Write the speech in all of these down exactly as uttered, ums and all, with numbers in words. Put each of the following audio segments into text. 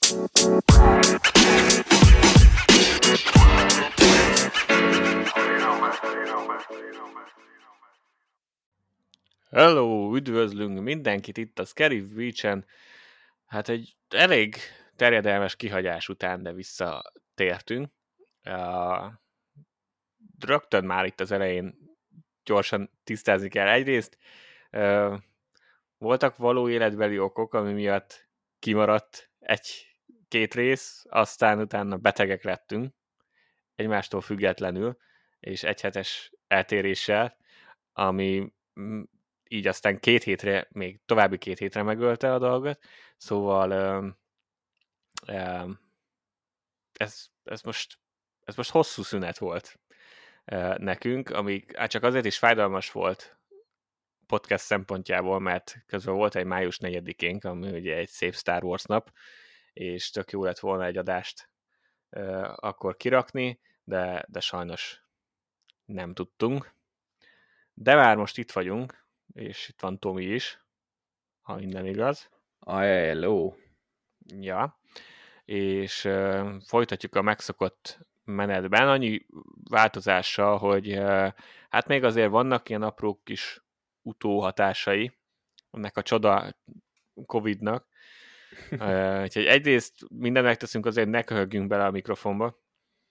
Hello, üdvözlünk mindenkit itt a Scary Beach-en. Hát egy elég terjedelmes kihagyás után, de visszatértünk. Uh, rögtön már itt az elején gyorsan tisztázni kell. Egyrészt uh, voltak való életbeli okok, ami miatt kimaradt egy-két rész, aztán utána betegek lettünk, egymástól függetlenül, és egyhetes eltéréssel, ami így aztán két hétre, még további két hétre megölte a dolgot, szóval um, um, ez, ez, most, ez most hosszú szünet volt uh, nekünk, ami hát csak azért is fájdalmas volt podcast szempontjából, mert közben volt egy május negyedikénk, ami ugye egy szép Star Wars nap, és tök jó lett volna egy adást uh, akkor kirakni, de, de sajnos nem tudtunk. De már most itt vagyunk, és itt van Tomi is, ha minden igaz. Hello! Ja, és uh, folytatjuk a megszokott menetben, annyi változással, hogy uh, hát még azért vannak ilyen apró kis utóhatásai ennek a csoda Covidnak. Uh, úgyhogy egyrészt mindent megteszünk azért, ne köhögjünk bele a mikrofonba.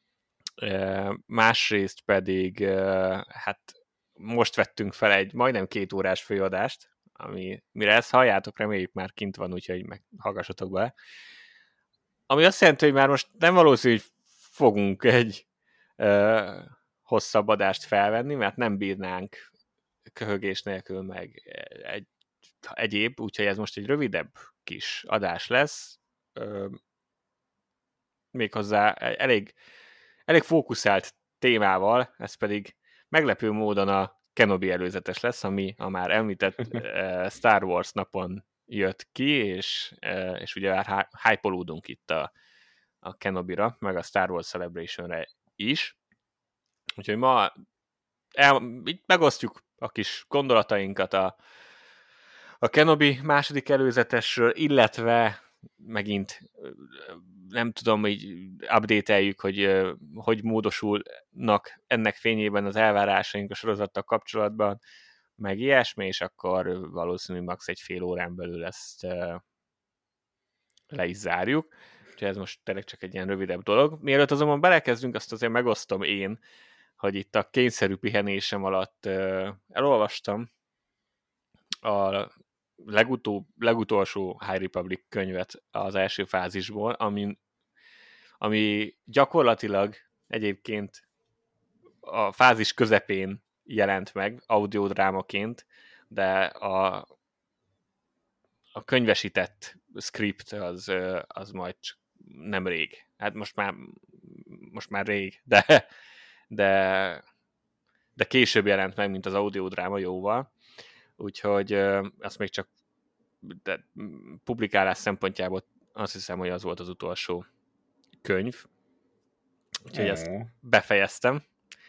Uh, másrészt pedig uh, hát most vettünk fel egy majdnem két órás főadást, ami, mire ezt halljátok, reméljük már kint van, úgyhogy meghallgassatok be. Ami azt jelenti, hogy már most nem valószínű, hogy fogunk egy uh, hosszabb adást felvenni, mert nem bírnánk köhögés nélkül meg egy, egyéb, úgyhogy ez most egy rövidebb kis adás lesz. Uh, méghozzá elég, elég fókuszált témával, ez pedig meglepő módon a Kenobi előzetes lesz, ami a már említett uh, Star Wars napon jött ki, és, uh, és ugye már hype-olódunk itt a, a Kenobira, meg a Star Wars Celebration-re is. Úgyhogy ma el, így megosztjuk a kis gondolatainkat a, a Kenobi második előzetesről, illetve megint nem tudom, így update-eljük, hogy hogy módosulnak ennek fényében az elvárásaink a sorozattal kapcsolatban, meg ilyesmi, és akkor valószínűleg max. Egy fél órán belül ezt le is zárjuk. Úgyhogy ez most tényleg csak egy ilyen rövidebb dolog. Mielőtt azonban belekezdünk, azt azért megosztom én, hogy itt a kényszerű pihenésem alatt elolvastam a legutóbb, legutolsó High Republic könyvet az első fázisból, ami, ami gyakorlatilag egyébként a fázis közepén jelent meg, audiodrámaként, de a, a könyvesített script az, az majd nem rég. Hát most már, most már rég, de, de, de később jelent meg, mint az audiodráma jóval. Úgyhogy azt még csak de publikálás szempontjából azt hiszem, hogy az volt az utolsó könyv. Úgyhogy oh. ezt befejeztem.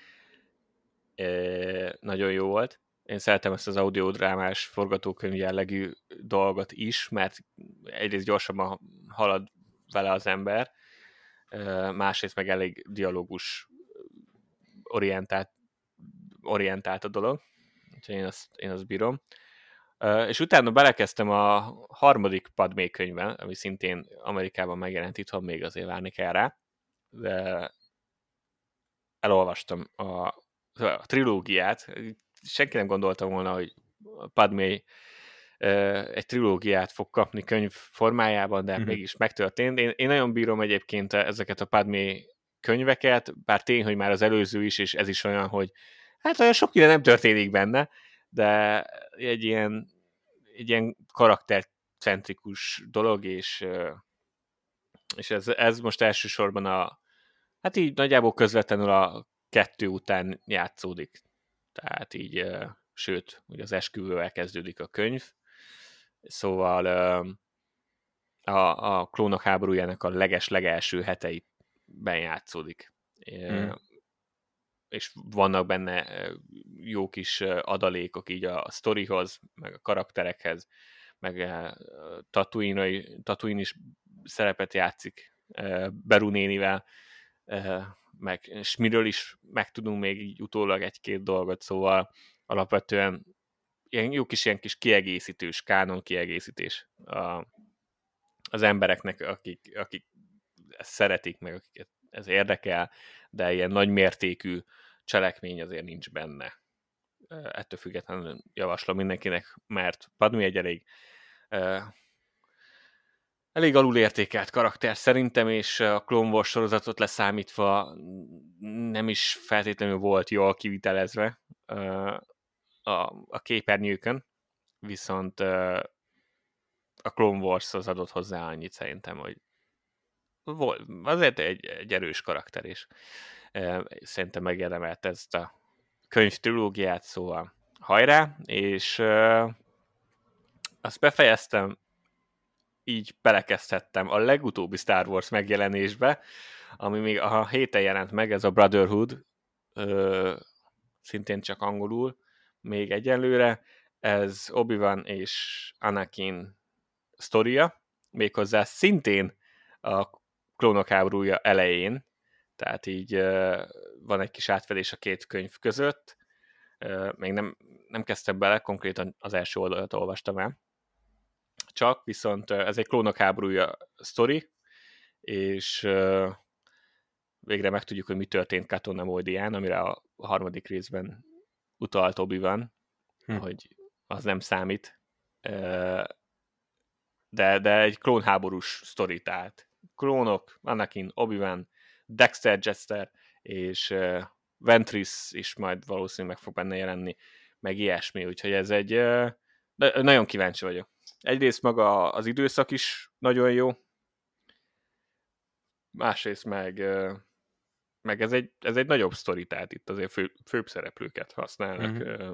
E, nagyon jó volt. Én szeretem ezt az audiodrámás forgatókönyv jellegű dolgot is, mert egyrészt gyorsabban halad vele az ember, másrészt meg elég dialógus orientált, orientált a dolog. Úgyhogy én azt, én azt bírom. Uh, és utána belekezdtem a harmadik Padmé könyvben, ami szintén Amerikában megjelent, itthon még azért várni kell rá, de elolvastam a, a trilógiát. Senki nem gondolta volna, hogy Padmé uh, egy trilógiát fog kapni könyv formájában, de mm-hmm. mégis megtörtént. Én, én nagyon bírom egyébként ezeket a Padmé könyveket, bár tény, hogy már az előző is, és ez is olyan, hogy hát olyan sok minden nem történik benne, de egy ilyen, egy ilyen karaktercentrikus dolog, és, és ez, ez most elsősorban a, hát így nagyjából közvetlenül a kettő után játszódik. Tehát így, sőt, ugye az esküvővel kezdődik a könyv, szóval a, a klónok háborújának a leges-legelső heteiben játszódik. Hmm. És vannak benne jó kis adalékok így a sztorihoz, meg a karakterekhez, meg Tatooine is szerepet játszik Beru nénivel, meg Smiről is megtudunk még így utólag egy-két dolgot, szóval alapvetően ilyen jó kis, ilyen kis kiegészítős, kánon kiegészítés a, az embereknek, akik, akik ezt szeretik, meg akiket ez érdekel, de ilyen nagy mértékű cselekmény azért nincs benne. Ettől függetlenül javaslom mindenkinek, mert Padmé egy elég elég alulértékelt karakter szerintem, és a Clone Wars sorozatot leszámítva nem is feltétlenül volt jól kivitelezve a, a képernyőkön, viszont a Clone Wars az adott hozzá annyit szerintem, hogy volt, azért egy, egy erős karakter, és szerintem megérdemelt ezt a könyv trilógiát, szóval hajrá, és azt befejeztem, így belekezdhettem a legutóbbi Star Wars megjelenésbe, ami még a héten jelent meg, ez a Brotherhood, ö, szintén csak angolul, még egyenlőre, ez Obi-Wan és Anakin sztoria, méghozzá szintén a Klónok háborúja elején, tehát így ö, van egy kis átfedés a két könyv között, ö, még nem, nem kezdtem bele, konkrétan az első oldalat olvastam el, csak, viszont ez egy Klónok háborúja sztori, és uh, végre megtudjuk, hogy mi történt Katon Nemoidián, amire a harmadik részben utalt Obi-Wan, hm. hogy az nem számít. Uh, de, de egy klónháborús sztori, tehát klónok, Anakin, Obi-Wan, Dexter Jettster, és uh, Ventress is majd valószínűleg meg fog benne jelenni, meg ilyesmi, úgyhogy ez egy... Uh, nagyon kíváncsi vagyok. Egyrészt maga az időszak is nagyon jó, másrészt meg, meg ez, egy, ez egy nagyobb sztori, tehát itt azért fő, főbb szereplőket használnak mm-hmm.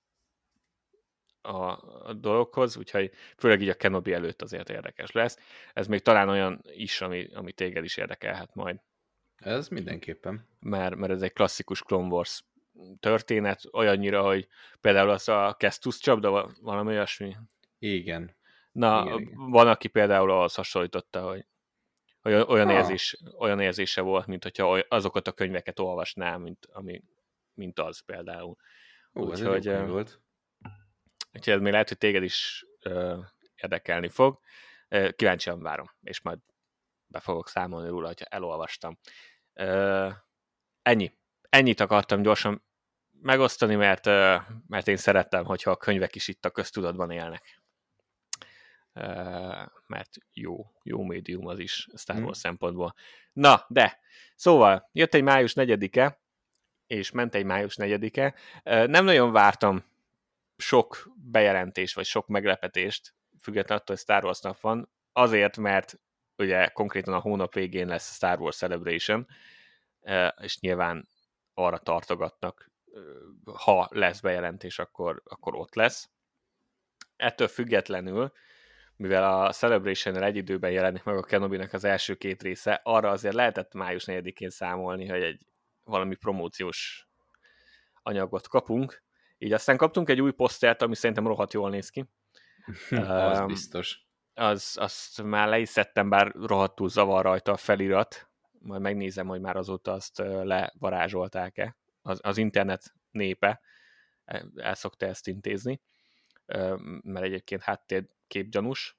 a, a dologhoz, úgyhogy főleg így a Kenobi előtt azért érdekes lesz. Ez még talán olyan is, ami, ami téged is érdekelhet majd. Ez mindenképpen. Mert, mert ez egy klasszikus Clone Wars történet, olyannyira, hogy például az a Kestus csapda, valami olyasmi. Igen. Na, igen, igen. Van, aki például ahhoz hasonlította, hogy, hogy olyan, érzés, olyan érzése volt, mint hogyha azokat a könyveket olvasnám, mint, ami, mint az például. Ó, ez egy jó volt. Úgyhogy ez még lehet, hogy téged is uh, érdekelni fog. Uh, kíváncsian várom, és majd be fogok számolni róla, hogyha elolvastam. Uh, ennyi. Ennyit akartam gyorsan megosztani, mert, uh, mert én szerettem, hogyha a könyvek is itt a köztudatban élnek. Uh, mert jó, jó médium az is Star Wars hmm. szempontból. Na, de, szóval jött egy május negyedike, és ment egy május negyedike. Uh, nem nagyon vártam sok bejelentés, vagy sok meglepetést, függetlenül attól, hogy Star Wars nap van, azért, mert ugye konkrétan a hónap végén lesz Star Wars Celebration, uh, és nyilván arra tartogatnak, uh, ha lesz bejelentés, akkor, akkor ott lesz. Ettől függetlenül, mivel a Celebration-nel egy időben jelenik meg a Kenobi-nek az első két része, arra azért lehetett május negyedikén számolni, hogy egy valami promóciós anyagot kapunk. Így aztán kaptunk egy új posztert, ami szerintem rohadt jól néz ki. Az um, biztos. Az, azt már le is szedtem, bár rohadtul zavar rajta a felirat. Majd megnézem, hogy már azóta azt levarázsolták-e. Az, az internet népe el szokta ezt intézni, mert egyébként háttérkép gyanús.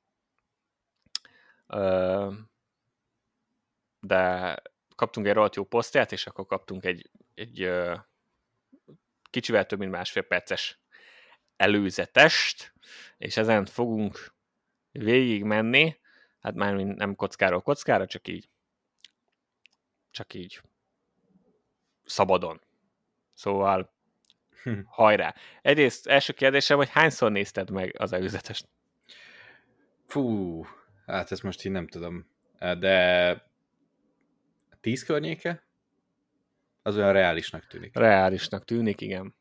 De kaptunk egy rohadt jó posztert, és akkor kaptunk egy, egy kicsivel több mint másfél perces előzetest, és ezen fogunk végig menni, hát már nem kockáról kockára, csak így csak így szabadon. Szóval hm. hajrá! Egyrészt első kérdésem, hogy hányszor nézted meg az előzetest? Fú, hát ezt most így nem tudom. De tíz környéke? Az olyan reálisnak tűnik. Reálisnak tűnik, igen.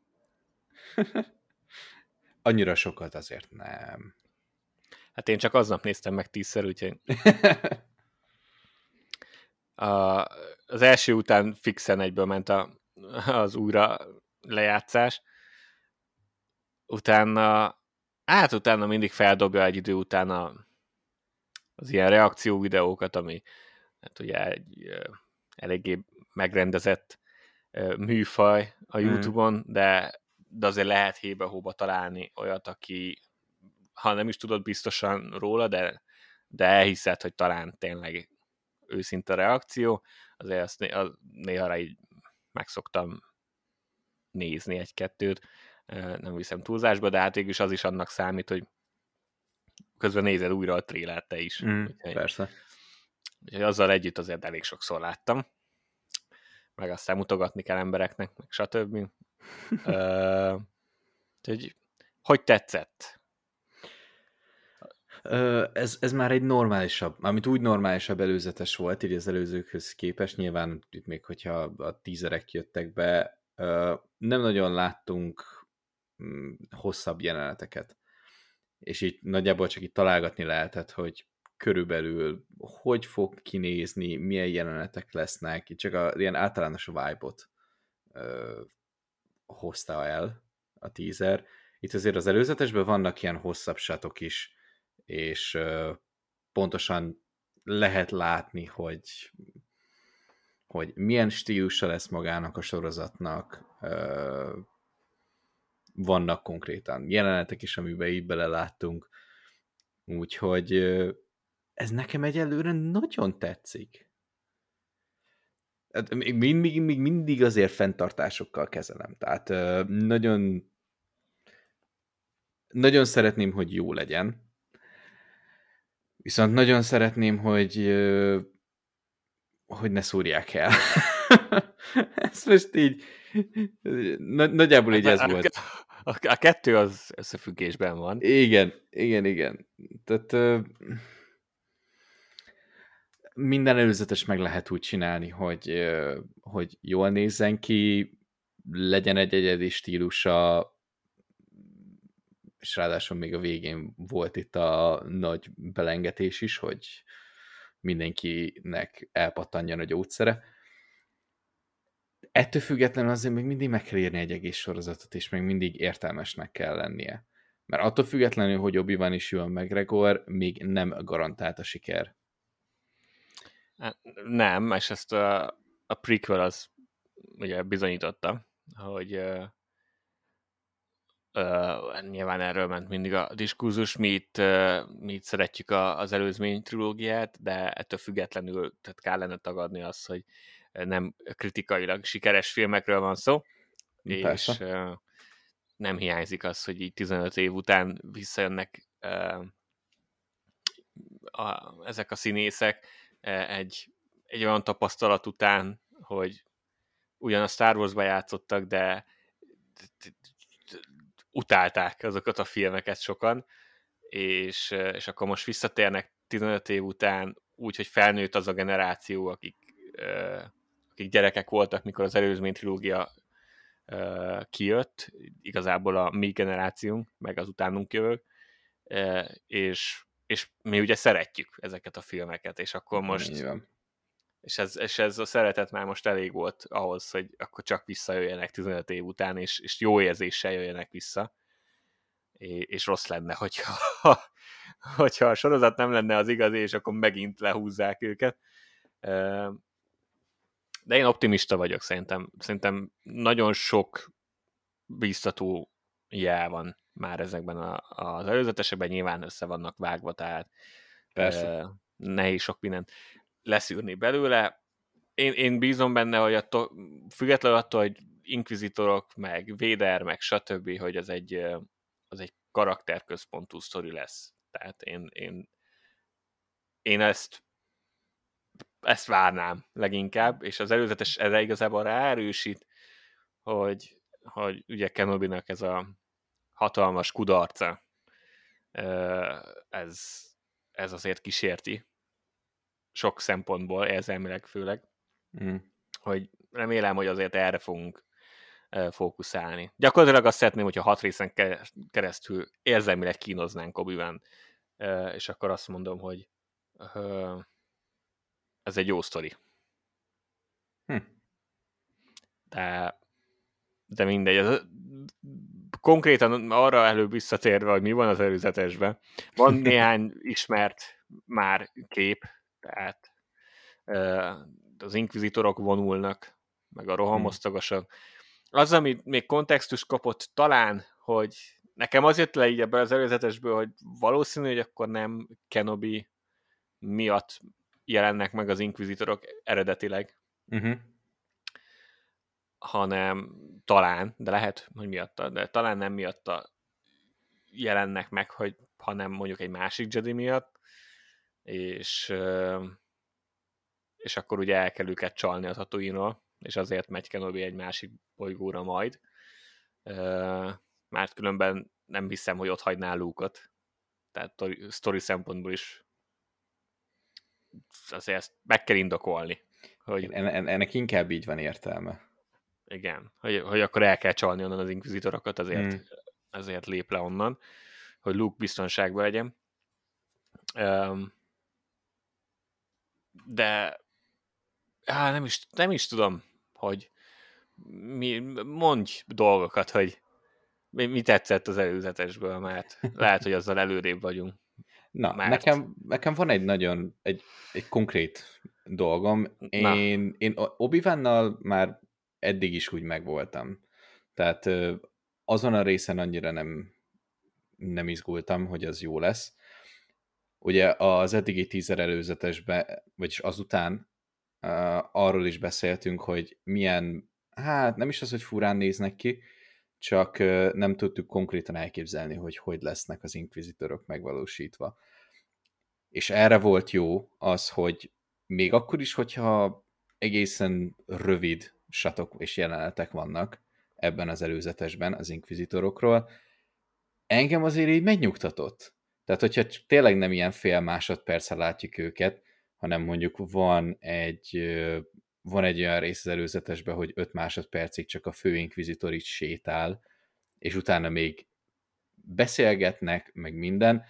Annyira sokat azért nem. Hát én csak aznap néztem meg tízszer, úgyhogy a, az első után fixen egyből ment a, az újra lejátszás. Utána, hát utána mindig feldobja egy idő után a, az ilyen reakció videókat, ami hát ugye egy uh, eléggé megrendezett uh, műfaj a YouTube-on, de, de azért lehet hébe-hóba találni olyat, aki ha nem is tudod biztosan róla, de, de elhiszed, hogy talán tényleg őszinte reakció, azért azt né- az néha így megszoktam nézni egy-kettőt, nem viszem túlzásba, de hát végülis az is annak számít, hogy közben nézed újra a trélert te is. Mm, úgyhogy, persze. úgyhogy azzal együtt azért elég sokszor láttam, meg aztán mutogatni kell embereknek, meg stb. uh, úgyhogy hogy tetszett? Ez, ez már egy normálisabb, amit úgy normálisabb előzetes volt, így az előzőkhöz képest, nyilván itt még, hogyha a tízerek jöttek be, nem nagyon láttunk hosszabb jeleneteket. És így nagyjából csak itt találgatni lehetett, hogy körülbelül hogy fog kinézni, milyen jelenetek lesznek, így csak a ilyen általános vibe-ot hozta el a teaser. Itt azért az előzetesben vannak ilyen hosszabb shotok is, és pontosan lehet látni, hogy, hogy milyen stílusa lesz magának a sorozatnak. Vannak konkrétan jelenetek is, amiben így beleláttunk. Úgyhogy ez nekem egyelőre nagyon tetszik. Még, még, még mindig azért fenntartásokkal kezelem. Tehát nagyon nagyon szeretném, hogy jó legyen. Viszont nagyon szeretném, hogy hogy ne szúrják el. Ez most így nagyjából így ez a, volt. A, a, a kettő az összefüggésben van. Igen, igen, igen. Tehát minden előzetes meg lehet úgy csinálni, hogy, hogy jól nézzen ki, legyen egy egyedi stílusa, és ráadásul még a végén volt itt a nagy belengetés is, hogy mindenkinek elpattanjon a gyógyszere. Ettől függetlenül azért még mindig meg kell írni egy egész sorozatot, és még mindig értelmesnek kell lennie. Mert attól függetlenül, hogy Obi-Wan is Ewan McGregor, még nem garantált a siker. Nem, és ezt a, a prequel az ugye bizonyította, hogy uh, uh, nyilván erről ment mindig a diskurzus, mi itt, uh, mi itt szeretjük a, az előzmény trilógiát, de ettől függetlenül tehát kellene tagadni azt, hogy nem kritikailag sikeres filmekről van szó, Persze. és uh, nem hiányzik az, hogy így tizenöt év után visszajönnek uh, a, ezek a színészek egy, egy olyan tapasztalat után, hogy ugyan a Star Wars-ba játszottak, de utálták azokat a filmeket sokan, és, és akkor most visszatérnek tizenöt év után úgy, hogy felnőtt az a generáció, akik, akik gyerekek voltak, mikor az előzmény trilógia kijött, igazából a mi generációnk, meg az utánunk jövők, és, és mi ugye szeretjük ezeket a filmeket, és akkor most és ez, és ez a szeretet már most elég volt ahhoz, hogy akkor csak visszajöjjenek tizenöt év után, és, és jó érzéssel jöjjenek vissza, és, és rossz lenne, hogyha, hogyha a sorozat nem lenne az igazi, és akkor megint lehúzzák őket. De én optimista vagyok, szerintem, szerintem nagyon sok biztató jel van már ezekben a, az előzetesekben, nyilván össze vannak vágva, tehát Persze. nehéz sok mindent leszűrni belőle. Én, én bízom benne, hogy attól, függetlenül attól, hogy inkvizitorok, meg Vader, meg stb., hogy az egy, az egy karakterközpontú sztori lesz. Tehát én, én, én ezt ezt várnám leginkább, és az előzetes erre igazából ráerősít, hogy, hogy ugye Kenobinak ez a hatalmas kudarca, ez, ez azért kísérti sok szempontból, érzelmileg főleg, mm. hogy remélem, hogy azért erre fogunk fókuszálni. Gyakorlatilag azt szeretném, hogyha hat részen keresztül érzelmileg kínoznánk Obi-Wan, és akkor azt mondom, hogy ez egy jó sztori. Hm. De, de mindegy. Ez, konkrétan arra előbb visszatérve, hogy mi van az előzetesben, van néhány ismert már kép, tehát az inkvizitorok vonulnak, meg a rohamosztagasok. Az, amit még kontextus kapott talán, hogy nekem az jött le így ebből az előzetesből, hogy valószínű, hogy akkor nem Kenobi miatt jelennek meg az inkvizitorok eredetileg, uh-huh. hanem talán, de lehet, hogy miatta, de talán nem miatta jelennek meg, hogy, hanem mondjuk egy másik Jedi miatt, és, és akkor ugye el kell őket csalni a Tatooine-ról, és azért megy Kenobi egy másik bolygóra majd. Mert különben nem hiszem, hogy ott hagyná Luke-ot. Tehát sztori szempontból is azért ezt meg kell indokolni. Hogy... En- ennek inkább így van értelme. Igen, hogy, hogy akkor el kell csalni onnan az inkvizitorokat, azért, hmm. azért lép le onnan, hogy Luke biztonságban legyen. Um, de á, nem, is, nem is tudom, hogy mi, mondj dolgokat, hogy mi, mi tetszett az előzetesből, mert lehet, hogy azzal előrébb vagyunk. Na, mert... nekem, nekem van egy nagyon, egy, egy konkrét dolgom. Én, én Obi-Wannal már eddig is úgy megvoltam. Tehát azon a részen annyira nem, nem izgultam, hogy az jó lesz. Ugye az eddigi teaser előzetesben, vagyis azután uh, arról is beszéltünk, hogy milyen, hát nem is az, hogy furán néznek ki, csak uh, nem tudtuk konkrétan elképzelni, hogy hogy lesznek az inkvizitorok megvalósítva. És erre volt jó az, hogy még akkor is, hogyha egészen rövid satok és jelenetek vannak ebben az előzetesben az inkvizitorokról, engem azért így megnyugtatott. Tehát, hogyha tényleg nem ilyen fél másodperccel látjuk őket, hanem mondjuk van egy, van egy olyan rész az előzetesben, hogy öt másodpercig csak a fő inkvizitor itt sétál, és utána még beszélgetnek, meg minden.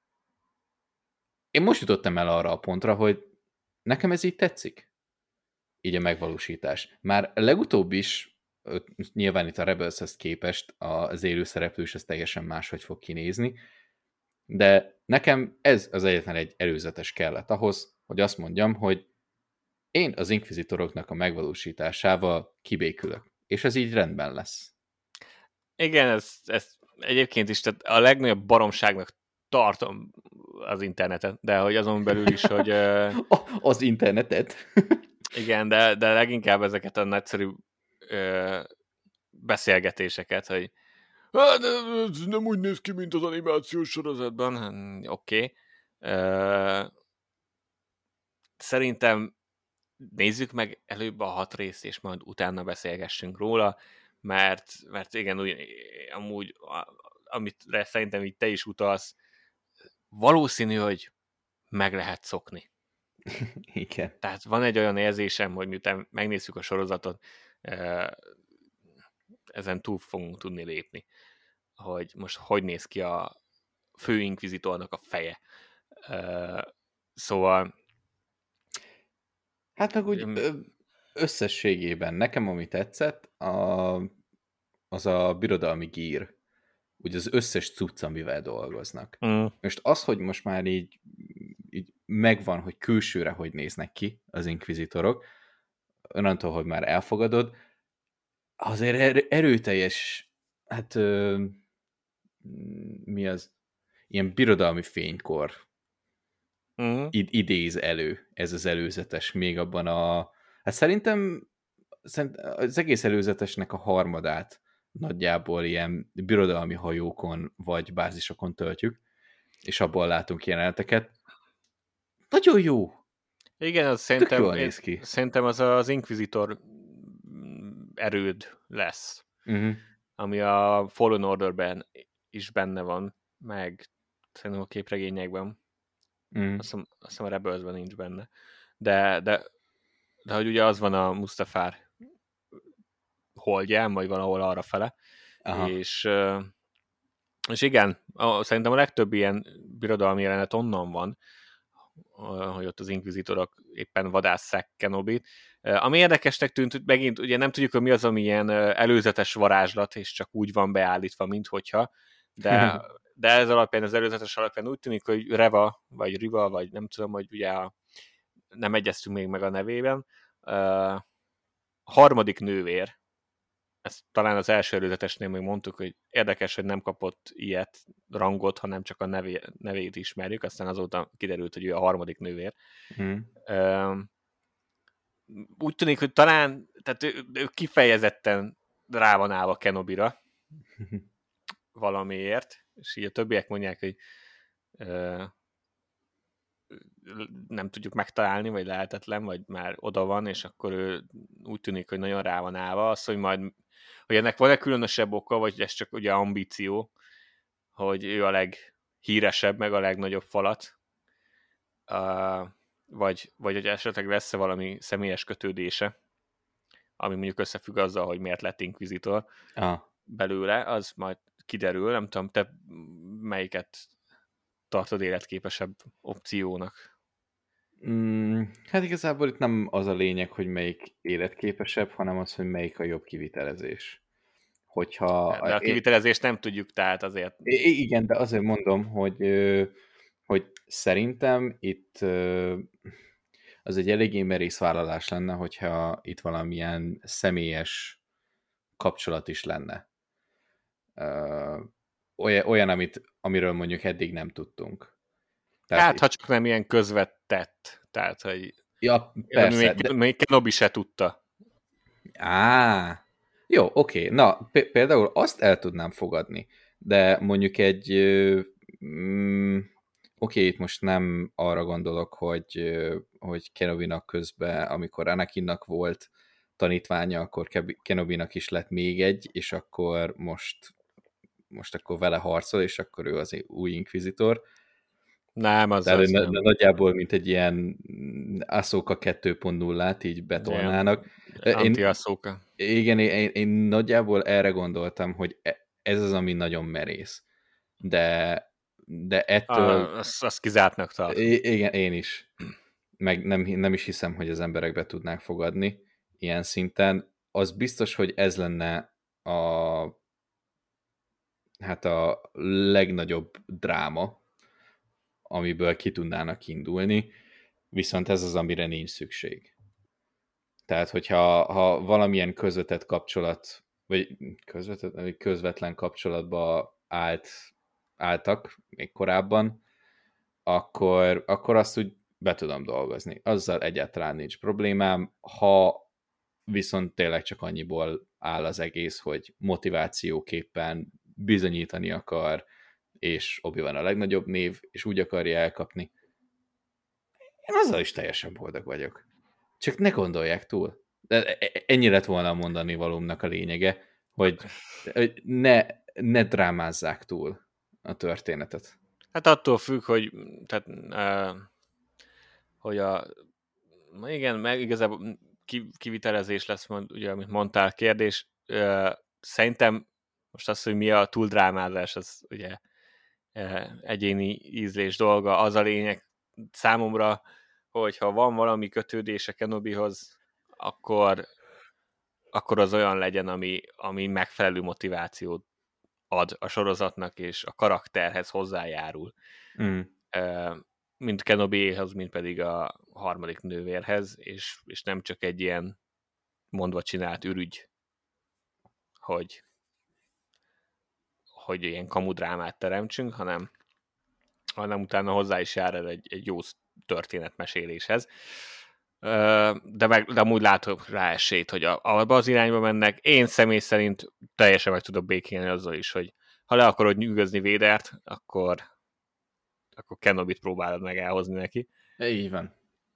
Én most jutottam el arra a pontra, hogy nekem ez így tetszik. Így a megvalósítás. Már legutóbb is, nyilván itt a Rebelshez képest az élő szereplős ez teljesen máshogy fog kinézni, de nekem ez az egyetlen egy előzetes kellett ahhoz, hogy azt mondjam, hogy én az inkvizitoroknak a megvalósításával kibékülök. És ez így rendben lesz. Igen, ez, ez egyébként is tehát a legnagyobb baromságnak tartom az internetet, de hogy azon belül is, hogy... az internetet? Igen, de, de leginkább ezeket a nagyszerű ö, beszélgetéseket, hogy hát, ez nem úgy néz ki, mint az animációs sorozatban. Oké. Okay. Szerintem nézzük meg előbb a hat részt, és majd utána beszélgessünk róla, mert, mert igen, úgy, amúgy, amit szerintem így te is utalsz, valószínű, hogy meg lehet szokni. Igen. Tehát van egy olyan érzésem, hogy miután megnézzük a sorozatot, ezen túl fogunk tudni lépni, hogy most hogy néz ki a fő inkvizitornak a feje. Szóval hát meg úgy összességében nekem, ami tetszett, a, az a birodalmi gír. Úgy az összes cucc, amivel dolgoznak. Mm. Most az, hogy most már így, így megvan, hogy külsőre hogy néznek ki az inkvizitorok, onnantól, hogy már elfogadod, azért er- erőteljes, hát ö, mi az? Ilyen birodalmi fénykor mm. id- idéz elő ez az előzetes, még abban a... Hát szerintem, szerintem az egész előzetesnek a harmadát nagyjából ilyen birodalmi hajókon vagy bázisokon töltjük, és abból látunk jeleneteket. Nagyon jó! Igen, az szerintem, én, szerintem az az Inquisitor erőd lesz, uh-huh. ami a Fallen Orderben is benne van, meg szerintem a képregényekben. Uh-huh. Azt hiszem, azt hiszem a Rebelsben nincs benne. De, de, de hogy ugye az van a Mustafár holdján, vagy valahol arra fele, és, és igen, a, szerintem a legtöbb ilyen birodalmi jelenet onnan van, hogy ott az inkvizitorok éppen vadásszák Kenobit. Ami érdekesnek tűnt, hogy megint ugye nem tudjuk, hogy mi az, ami ilyen előzetes varázslat, és csak úgy van beállítva, minthogyha, de, de ez alapján, az előzetes alapján úgy tűnik, hogy Reva, vagy Riva, vagy nem tudom, hogy ugye a, nem egyeztünk még meg a nevében, a harmadik nővér, ezt talán az első előzetesnél még mondtuk, hogy érdekes, hogy nem kapott ilyet rangot, hanem csak a nevé, nevét ismerjük, aztán azóta kiderült, hogy ő a harmadik nővér. Hmm. Úgy tűnik, hogy talán, tehát ő, ő kifejezetten rá van állva Kenobira valamiért, és így a többiek mondják, hogy ö, nem tudjuk megtalálni, vagy lehetetlen, vagy már oda van, és akkor ő úgy tűnik, hogy nagyon rá van állva. Az, hogy majd, hogy ennek van-e különösebb oka, vagy ez csak ugye ambíció, hogy ő a leghíresebb, meg a legnagyobb falat, uh, vagy, vagy hogy esetleg lesz-e valami személyes kötődése, ami mondjuk összefügg azzal, hogy miért lett inkvizitor ah. belőle, az majd kiderül. Nem tudom, te melyiket tartod életképesebb opciónak? Mm, hát igazából itt nem az a lényeg, hogy melyik életképesebb, hanem az, hogy melyik a jobb kivitelezés. Hogyha... De a kivitelezést nem tudjuk, tehát azért... Igen, de azért mondom, hogy, hogy szerintem itt az egy eléggé merész vállalás lenne, hogyha itt valamilyen személyes kapcsolat is lenne. Olyan, olyan amit, amiről mondjuk eddig nem tudtunk. Tehát hát, itt... ha csak nem ilyen közvetett. Tehát, hogy... Ja, persze. Még, de... még Kenobi se tudta. Á, jó, oké. Na, p- például azt el tudnám fogadni, de mondjuk egy... Mm, oké, itt most nem arra gondolok, hogy, hogy Kenobinak közben, amikor Anakinnak volt tanítványa, akkor Kenobinak is lett még egy, és akkor most, most akkor vele harcol, és akkor ő az új inkvizitor. Nem, az, Tehát az na, nem. Nagyjából, mint egy ilyen Ahsoka kettő pont nullát így betolnának. Anti-Ahsoka. Igen, én, én nagyjából erre gondoltam, hogy ez az, ami nagyon merész. De, de ettől... Ah, azt, azt kizártnak tart. Igen, én is. Meg nem, nem is hiszem, hogy az emberek be tudnák fogadni ilyen szinten. Az biztos, hogy ez lenne a hát a legnagyobb dráma, amiből ki tudnának indulni, viszont ez az, amire nincs szükség. Tehát, hogyha ha valamilyen közvetett kapcsolat, vagy közvetett, közvetlen kapcsolatba állt, álltak még korábban, akkor, akkor azt úgy be tudom dolgozni. Azzal egyáltalán nincs problémám, ha viszont tényleg csak annyiból áll az egész, hogy motivációképpen bizonyítani akar, és Obi-Wan a legnagyobb név, és úgy akarja elkapni. Én azzal is teljesen boldog vagyok. Csak ne gondolják túl. De ennyi lett volna a mondani valómnak a lényege, hogy ne, ne drámázzák túl a történetet. Hát attól függ, hogy tehát, uh, hogy a igen, meg igazából kivitelezés lesz, ugye, amit mondtál, kérdés. Uh, szerintem most az, hogy mi a túldrámázás, az ugye uh, egyéni ízlés dolga, az a lényeg számomra, hogy ha van valami kötődése Kenobihoz, akkor, akkor az olyan legyen, ami, ami megfelelő motivációt ad a sorozatnak, és a karakterhez hozzájárul. Mm. Uh, mint Kenobiéhez, mint pedig a harmadik nővérhez, és, és nem csak egy ilyen mondva csinált ürügy, hogy, hogy ilyen kamudrámát teremtsünk, hanem, hanem utána hozzá is jár el egy, egy jó történetmeséléshez. De, meg, de amúgy látok rá esélyt, hogy a, abba az irányba mennek. Én személy szerint teljesen meg tudok békélni azzal is, hogy ha le akarod nyűgözni Védert, akkor, akkor Kenobit próbálod meg elhozni neki. Így van.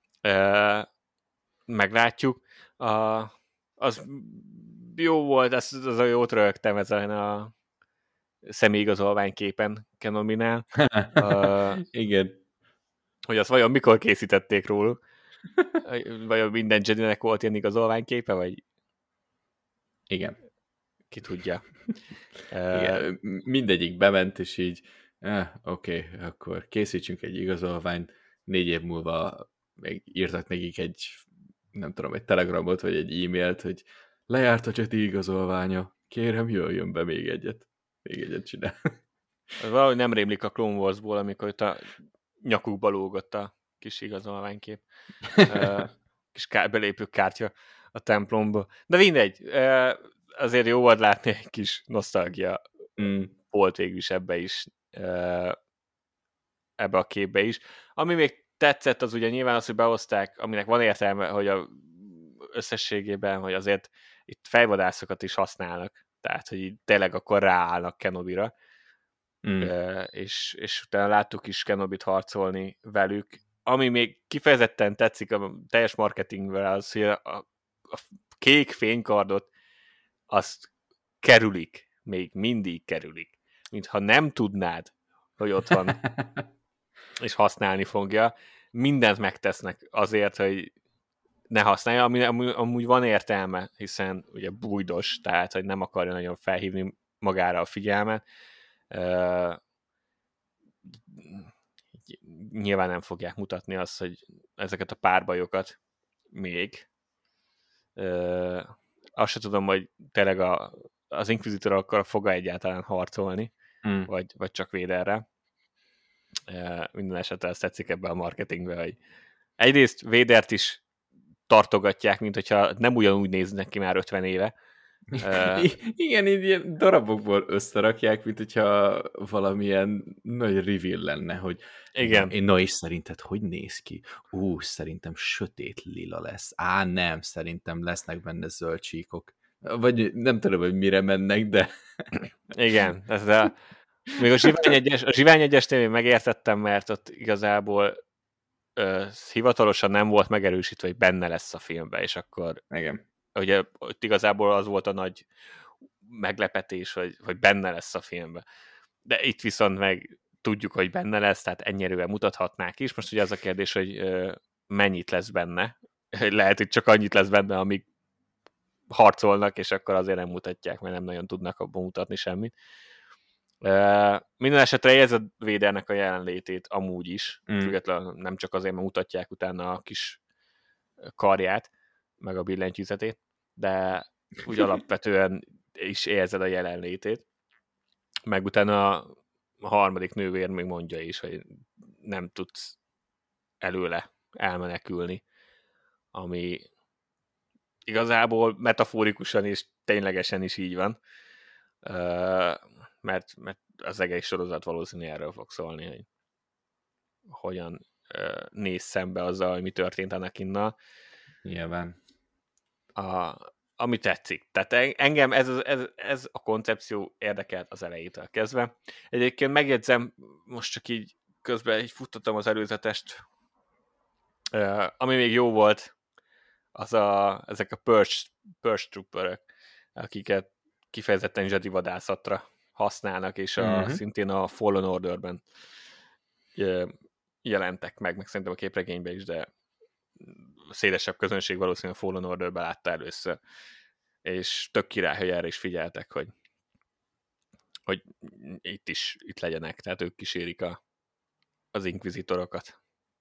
Meglátjuk. A, az jó volt, az, az a jót rögtem ezen a személyigazolványképen Kenobinál. uh, Igen. Hogy azt vajon mikor készítették róluk? Vajon minden Jedinek volt ilyen igazolványképe, vagy? Igen. Ki tudja. Igen. Uh, Mindegyik bement, és így eh, oké, okay, akkor készítsünk egy igazolványt, négy év múlva még írtak nekik egy, nem tudom, egy telegramot, vagy egy e-mailt, hogy lejárt a Jedi igazolványa, kérem, jöjjön be még egyet. Még egyet csinál. Valahogy nem rémlik a Clone Warsból, amikor itt a nyakukba lógott a kis igazolványkép. Uh, kis ká- belépő kártya a templomba. De mindegy, uh, azért jó volt látni, egy kis nosztalgia mm. volt végül is ebbe is, uh, ebbe a képbe is. Ami még tetszett, az ugye nyilván az, hogy behozták, aminek van értelme, hogy a összességében, hogy azért itt fejvadászokat is használnak. Tehát, hogy így tényleg akkor ráállnak Kenobira. Mm. Uh, és, és utána láttuk is Kenobit harcolni velük. Ami még kifejezetten tetszik a teljes marketingvel, az, hogy a, a kék fénykardot azt kerülik, még mindig kerülik. Mintha nem tudnád, hogy ott van, és használni fogja. Mindent megtesznek azért, hogy ne használja, ami amúgy, amúgy van értelme, hiszen ugye bújdos, tehát hogy nem akarja nagyon felhívni magára a figyelmet. Uh, nyilván nem fogják mutatni azt, hogy ezeket a párbajokat még. Uh, azt se tudom, hogy tényleg a, az Inquisitorokkal fog egyáltalán harcolni, mm. vagy, vagy csak Vaderre. Uh, minden esetre ezt tetszik ebben a marketingben, hogy egyrészt Vadert is tartogatják, mint hogyha nem ugyanúgy néznek ki már ötven éve. Uh, Igen, így ilyen darabokból összerakják, mint hogyha valamilyen nagy reveal lenne, hogy igen. Na, én, na és szerinted hogy néz ki? Ú, szerintem sötét lila lesz. Á, nem, szerintem lesznek benne zöld csíkok. Vagy nem tudom, hogy mire mennek, de... Igen, ez a, még a Zsivány egyes, a Zsivány egyesnél én megértettem, mert ott igazából ö, hivatalosan nem volt megerősítve, hogy benne lesz a filmben, és akkor Igen. ugye ott igazából az volt a nagy meglepetés, hogy, hogy benne lesz a filmben. De itt viszont meg tudjuk, hogy benne lesz, tehát ennyire mutathatnák is. Most ugye az a kérdés, hogy ö, mennyit lesz benne. Lehet, hogy csak annyit lesz benne, amíg harcolnak, és akkor azért nem mutatják, mert nem nagyon tudnak abban mutatni semmit. Uh, minden esetre érzed Vadernek a jelenlétét amúgy is, mm. függetlenül nem csak azért, mert mutatják utána a kis karját, meg a billentyűzetét, de úgy alapvetően is érzed a jelenlétét. Meg utána a harmadik nővér még mondja is, hogy nem tudsz előle elmenekülni, ami igazából metaforikusan és ténylegesen is így van, uh, mert, mert az egész sorozat valószínűleg erről fog szólni, hogy hogyan uh, néz szembe azzal, hogy mi történt Anakinnal. Nyilván. A, ami tetszik. Tehát engem ez, ez, ez a koncepció érdekelt az elejétől kezdve. Egyébként megjegyzem, most csak így közben így futtatom az előzetest, uh, ami még jó volt, az a, ezek a Purge, Purge Trooperök, akiket kifejezetten Jedi vadászatra használnak, és a, uh-huh. szintén a Fallen Orderben jelentek meg, meg szerintem a képregényben is, de a szélesebb közönség valószínűleg a Fallen Orderben látta először. És tök király, hogy erre is figyeltek, hogy, hogy itt is itt legyenek, tehát ők kísérik a, az inkvizitorokat.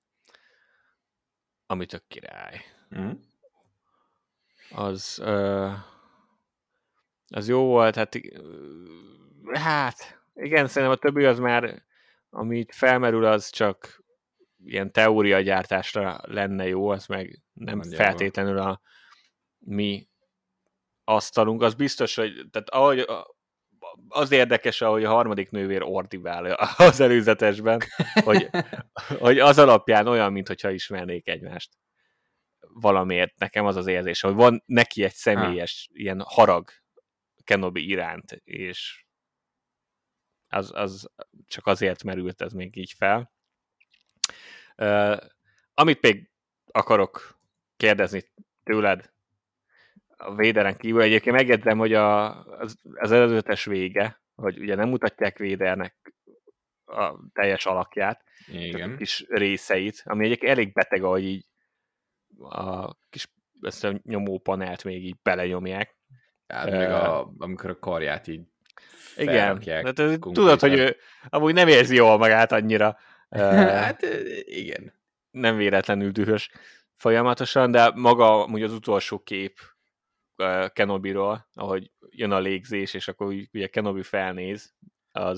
Ami tök király. Uh-huh. Az... Uh, az jó volt, hát, hát igen, szerintem a többi az már, ami itt felmerül, az csak ilyen teóriagyártásra lenne jó, az meg nem Nagyjából. Feltétlenül a mi asztalunk. Az biztos, hogy tehát ahogy, az érdekes, ahogy a harmadik nővér ordivál az előzetesben, hogy, hogy az alapján olyan, mintha ismernék egymást. Valamiért nekem az az érzés, hogy van neki egy személyes ha. ilyen harag Kenobi iránt, és az, az csak azért merült ez még így fel. Uh, amit még akarok kérdezni tőled a Vaderen kívül, egyébként megjegyzem, hogy a, az, az előzetes vége, hogy ugye nem mutatják Vadernek a teljes alakját, igen. a kis részeit, ami egyébként elég beteg, ahogy így a kis összenyomó panelt még így belenyomják. Hát uh, meg a, amikor a karját így igen, hát ez, tudod, hogy ő amúgy nem érzi jól magát annyira. Hát igen. Nem véletlenül dühös folyamatosan, de maga amúgy az utolsó kép uh, Kenobiról, ahogy jön a légzés, és akkor ugye Kenobi felnéz, az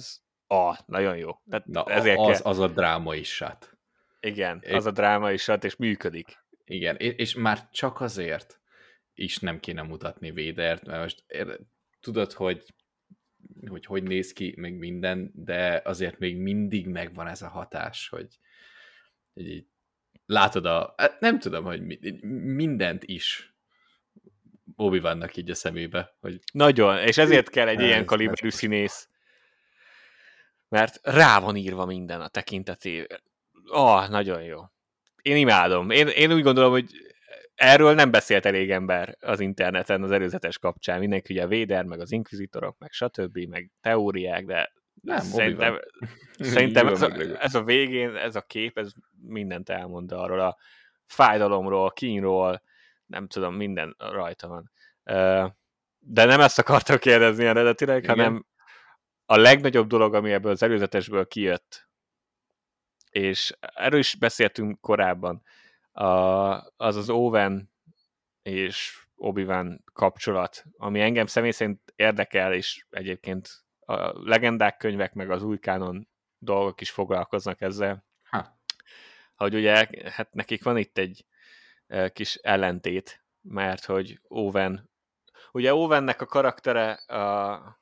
Ah, nagyon jó. Tehát Na, ezért az, kell. az a drámai sát. Igen, az a drámai sat, és működik. Igen, és már csak azért is nem kéne mutatni Védert, mert most tudod, hogy hogy hogy néz ki, meg minden, de azért még mindig megvan ez a hatás, hogy, hogy így látod a, hát nem tudom, hogy mindent is Obi vannak így a szemébe. Hogy Nagyon, és ezért kell egy ilyen ez, kaliberű ez színész, mert rá van írva minden a tekintetére. Ah, nagyon jó. Én imádom. Én, én úgy gondolom, hogy erről nem beszélt elég ember az interneten az előzetes kapcsán. Mindenki ugye a Vader, meg az inkvizitorok, meg stb., meg teóriák, de nem, szerintem, szerintem ez, a, meg ez a végén, ez a kép, ez mindent elmond arról a fájdalomról, kínról, nem tudom, minden rajta van. De nem ezt akartam kérdezni eredetileg, igen, hanem a legnagyobb dolog, ami ebből az előzetesből kijött, és erről is beszéltünk korábban, a, az az Owen és Obi-Wan kapcsolat, ami engem személy szerint érdekel, és egyébként a legendák könyvek, meg az új kánon dolgok is foglalkoznak ezzel. Ha. Hogy ugye, hát nekik van itt egy kis ellentét, mert hogy Owen, ugye Owennek a karaktere a,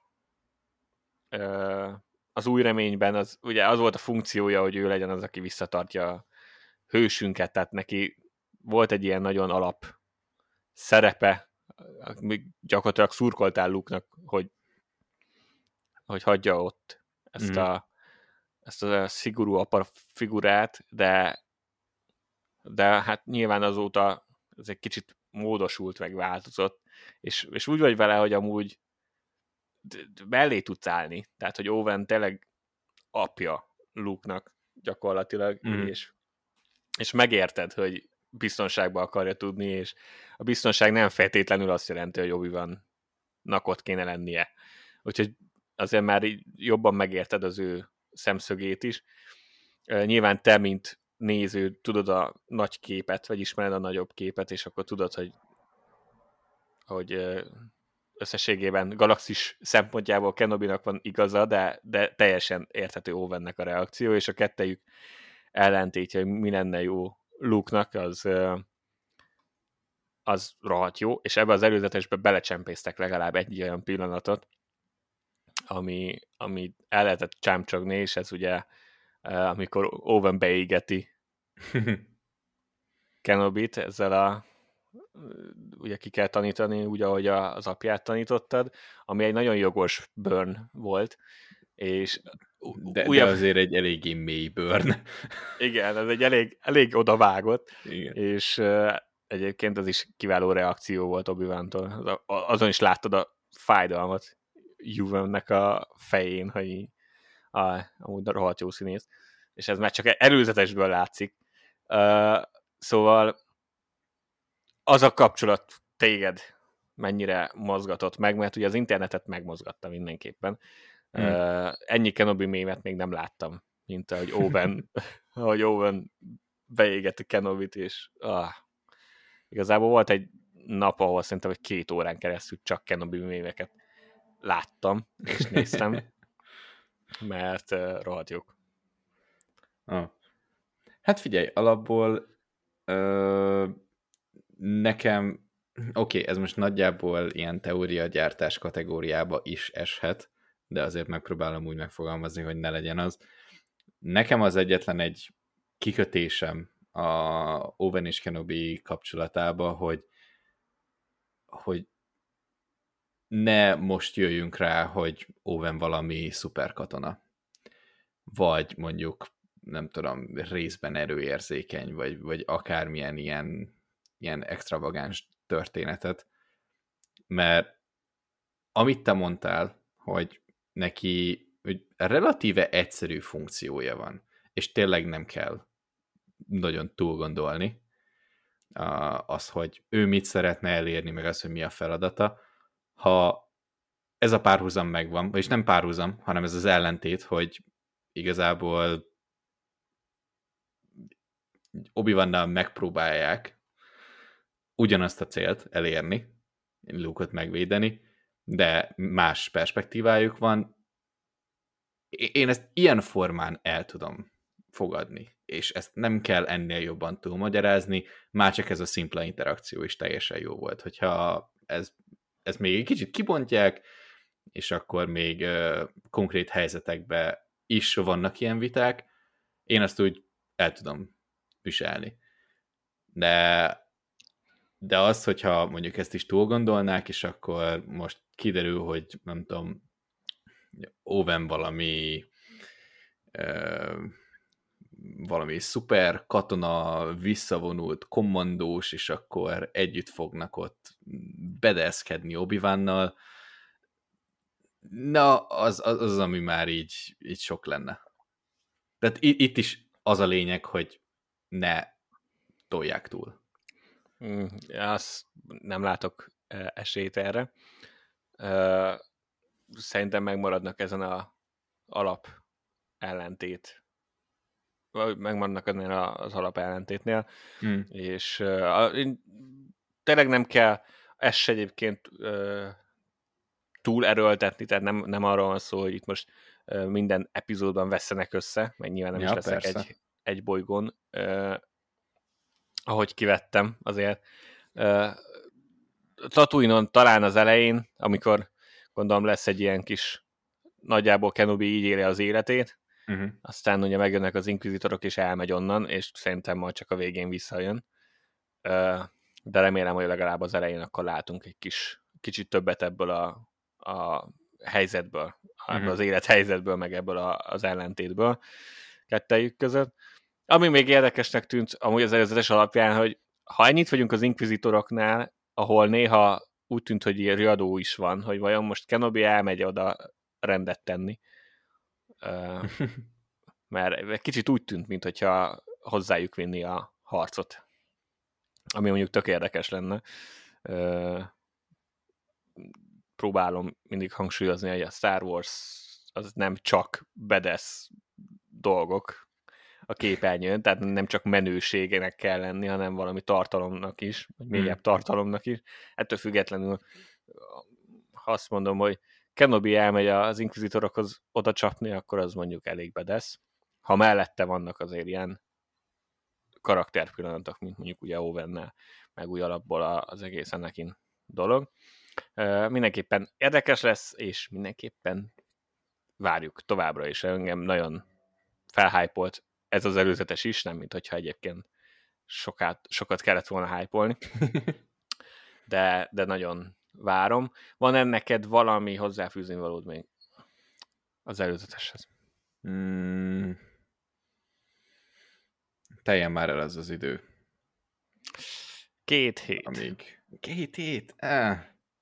az új reményben, az, ugye az volt a funkciója, hogy ő legyen az, aki visszatartja a hősünket, tehát neki volt egy ilyen nagyon alap szerepe, gyakorlatilag szurkoltál Luke-nak, hogy, hogy hagyja ott ezt, mm. a, ezt a szigorú apa figurát, de, de hát nyilván azóta ez egy kicsit módosult, meg változott, és, és úgy vagy vele, hogy amúgy mellé tudsz állni, tehát hogy Owen tényleg apja Luke-nak gyakorlatilag, mm. és, és megérted, hogy biztonságba akarja tudni, és a biztonság nem feltétlenül azt jelenti, hogy Obi-Wannak ott kéne lennie. Úgyhogy azért már jobban megérted az ő szemszögét is. Nyilván te, mint néző, tudod a nagy képet, vagy ismered a nagyobb képet, és akkor tudod, hogy, hogy összességében galaxis szempontjából Kenobinak van igaza, de, de teljesen érthető Owennek a reakció, és a kettejük ellentétje, hogy mi lenne jó Luke-nak, az, az rohadt jó, és ebbe az előzetesbe belecsempésztek legalább egy olyan pillanatot, ami, ami el lehetett csámcsogni, és ez ugye, amikor Owen beégeti Kenobit, ezzel a ugye ki kell tanítani, úgy, ahogy az apját tanítottad, ami egy nagyon jogos burn volt, és de, újabb... de azért egy eléggé mély burn. Igen, ez egy elég, elég odavágott, igen. És uh, egyébként az is kiváló reakció volt Obi-Wantól. Azon is láttad a fájdalmat Ewannek a fején, hogy a, amúgy rohadt jó színész, és ez már csak előzetesből látszik. Uh, szóval az a kapcsolat téged mennyire mozgatott meg, mert ugye az internetet megmozgatta mindenképpen. Hmm. Uh, ennyi Kenobi mémet még nem láttam, mint ahogy Owen, ahogy Owen beégette Kenobit, és ah, igazából volt egy nap, ahol szerintem, hogy két órán keresztül csak Kenobi mémeket láttam, és néztem, mert uh, rohadt jók. Ah. Hát figyelj, alapból ö, nekem, oké, okay, ez most nagyjából ilyen teóriagyártás kategóriába is eshet, de azért megpróbálom úgy megfogalmazni, hogy ne legyen az. Nekem az egyetlen egy kikötésem a Owen és Kenobi kapcsolatába, hogy, hogy ne most jöjjünk rá, hogy Owen valami szuperkatona. Vagy mondjuk, nem tudom, részben erőérzékeny, vagy, vagy akármilyen ilyen, ilyen extravagáns történetet. Mert amit te mondtál, hogy neki hogy relatíve egyszerű funkciója van, és tényleg nem kell nagyon túl gondolni az, hogy ő mit szeretne elérni, meg az, hogy mi a feladata. Ha ez a párhuzam megvan, vagyis nem párhuzam, hanem ez az ellentét, hogy igazából Obi-Wannal megpróbálják ugyanazt a célt elérni, Luke-ot megvédeni, de más perspektívájuk van, én ezt ilyen formán el tudom fogadni, és ezt nem kell ennél jobban túlmagyarázni, már csak ez a szimpla interakció is teljesen jó volt. Hogyha ez, ez még egy kicsit kibontják, és akkor még uh, konkrét helyzetekben is vannak ilyen viták, én azt úgy el tudom viselni. De, de az, hogyha mondjuk ezt is túl gondolnák, és akkor most kiderül, hogy nem tudom, Owen valami uh, valami szuper katona, visszavonult kommandós, és akkor együtt fognak ott bedeszkedni Obi-Wannal. Na, az, az, az, ami már így, így sok lenne. Tehát itt, itt is az a lényeg, hogy ne tolják túl. Mm, azt nem látok esélyt erre. Szerintem megmaradnak ezen a alap ellentét megmaradnak ennél az alap ellentétnél, mm. és uh, én, tényleg nem kell ezt se egyébként uh, túl erőltetni, tehát nem, nem arról van szó, hogy itt most uh, minden epizódban vesszenek össze, meg nyilván nem ja, is leszek egy, egy bolygón, uh, ahogy kivettem azért. Uh, Tatooine-on talán az elején, amikor gondolom lesz egy ilyen kis, nagyjából Kenobi így éli az életét, Uh-huh. aztán ugye megjönnek az inkvizitorok, és elmegy onnan, és szerintem majd csak a végén visszajön. De remélem, hogy legalább az elején akkor látunk egy kis, kicsit többet ebből a, a helyzetből, uh-huh. ebből az élethelyzetből, meg ebből a, az ellentétből kettejük között. Ami még érdekesnek tűnt amúgy az előzetes alapján, hogy ha ennyit vagyunk az inkvizitoroknál, ahol néha úgy tűnt, hogy ilyen riadó is van, hogy vajon most Kenobi elmegy oda rendet tenni, Uh, mert kicsit úgy tűnt, mintha hozzájuk vinni a harcot, ami mondjuk tök érdekes lenne. Uh, próbálom mindig hangsúlyozni, hogy a Star Wars az nem csak badass dolgok a képernyőn, tehát nem csak menőségének kell lenni, hanem valami tartalomnak is, vagy mélyebb tartalomnak is. Ettől függetlenül, ha azt mondom, hogy Kenobi elmegy az inkvizitorokhoz oda csapni, akkor az mondjuk elég badass. Ha mellette vannak azért ilyen karakterpillanatok, mint mondjuk ugye Owennel, meg új alapból az egész Anakin dolog. Uh, mindenképpen érdekes lesz, és mindenképpen várjuk továbbra is. Engem nagyon felhypolt ez az előzetes is, nem mint hogyha egyébként sokat, sokat kellett volna hypolni. de, de nagyon várom. Van-e neked valami hozzáfűzni valód még az előzeteshez? Mm. Teljen már el ez az idő. Két hét. Amíg... Két hét? Ah.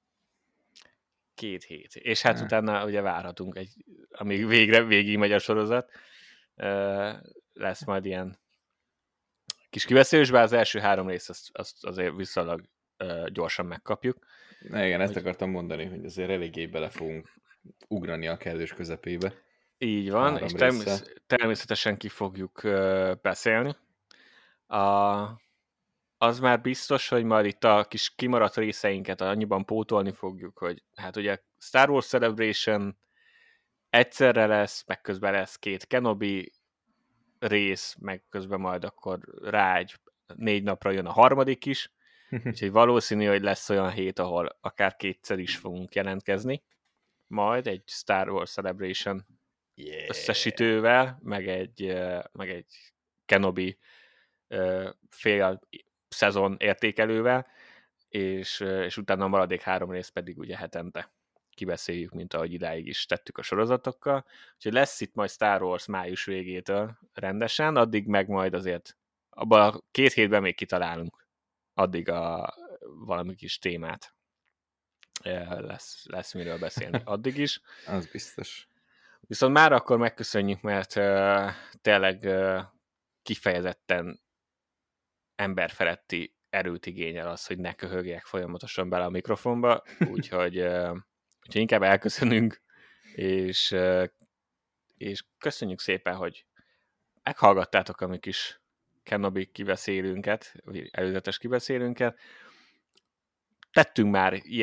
Két hét. És hát ah. utána ugye várhatunk, egy, amíg végre végig megy a sorozat. Uh, lesz majd ilyen kis kibeszélés, bár az első három rész azt, azt azért viszonylag uh, gyorsan megkapjuk. Na igen, ezt hogy... akartam mondani, hogy azért eléggé bele fogunk ugrani a kellős közepébe. Így van, három és természet, természetesen ki fogjuk uh, beszélni. A, az már biztos, hogy majd itt a kis kimaradt részeinket annyiban pótolni fogjuk, hogy hát ugye Star Wars Celebration egyszerre lesz, meg közben lesz két Kenobi rész, meg közben majd akkor rá egy négy napra jön a harmadik is, úgyhogy valószínű, hogy lesz olyan hét, ahol akár kétszer is fogunk jelentkezni, majd egy Star Wars Celebration yeah. összesítővel, meg egy, meg egy Kenobi fél szezon értékelővel, és, és utána a maradék három rész pedig ugye hetente kibeszéljük, mint ahogy idáig is tettük a sorozatokkal. Úgyhogy lesz itt majd Star Wars május végétől rendesen, addig meg majd azért abban a két hétben még kitalálunk addig a valami kis témát. Lesz, lesz miről beszélni addig is. Az biztos. Viszont már akkor megköszönjük, mert uh, tényleg uh, kifejezetten emberfeletti erőt igényel az, hogy ne köhögjek folyamatosan bele a mikrofonba, úgyhogy, uh, úgyhogy inkább elköszönünk, és, uh, és köszönjük szépen, hogy meghallgattátok a mi kis Kenobi kibeszélünket, előzetes kibeszélünket. Tettünk már ilyet,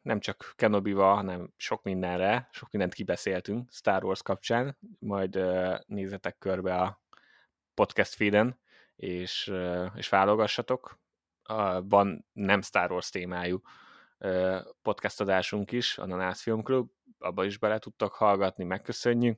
nem csak Kenobival, hanem sok mindenre, sok mindent kibeszéltünk Star Wars kapcsán, majd nézzetek körbe a podcast feeden, és, és válogassatok. Van nem Star Wars témájú podcast adásunk is, a Nanász Film Club, abba is bele tudtok hallgatni, megköszönjük.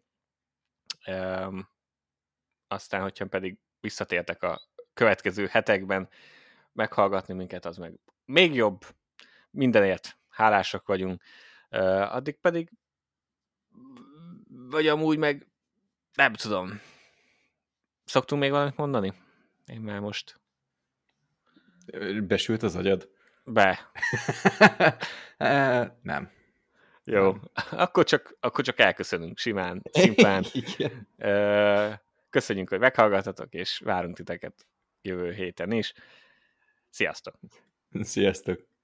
Aztán, hogyha pedig visszatértek a következő hetekben meghallgatni minket, az meg még jobb. Mindenért hálásak vagyunk. Addig pedig vagy amúgy meg nem tudom. Szoktunk még valamit mondani? Én már most... Besült az agyad? Be. Nem. Jó. Nem. Akkor, csak, akkor csak elköszönünk simán, szimplán. Köszönjük, hogy meghallgattatok, és várunk titeket jövő héten is. Sziasztok! Sziasztok!